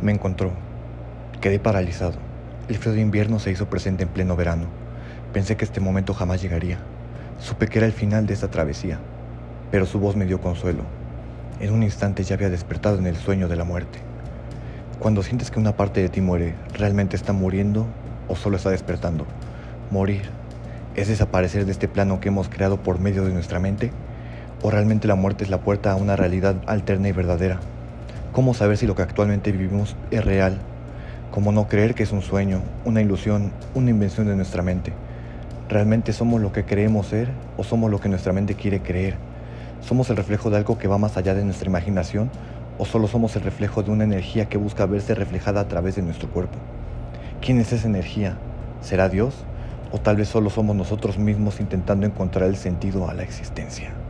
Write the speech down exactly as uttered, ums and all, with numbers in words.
Me encontró. Quedé paralizado. El frío de invierno se hizo presente en pleno verano. Pensé que este momento jamás llegaría. Supe que era el final de esta travesía, pero su voz me dio consuelo. En un instante ya había despertado en el sueño de la muerte. Cuando sientes que una parte de ti muere, ¿realmente está muriendo o solo está despertando? Morir es desaparecer de este plano que hemos creado por medio de nuestra mente, o realmente la muerte es la puerta a una realidad alterna y verdadera. ¿Cómo saber si lo que actualmente vivimos es real? ¿Cómo no creer que es un sueño, una ilusión, una invención de nuestra mente? ¿Realmente somos lo que creemos ser o somos lo que nuestra mente quiere creer? ¿Somos el reflejo de algo que va más allá de nuestra imaginación o solo somos el reflejo de una energía que busca verse reflejada a través de nuestro cuerpo? ¿Quién es esa energía? ¿Será Dios? ¿O tal vez solo somos nosotros mismos intentando encontrar el sentido a la existencia?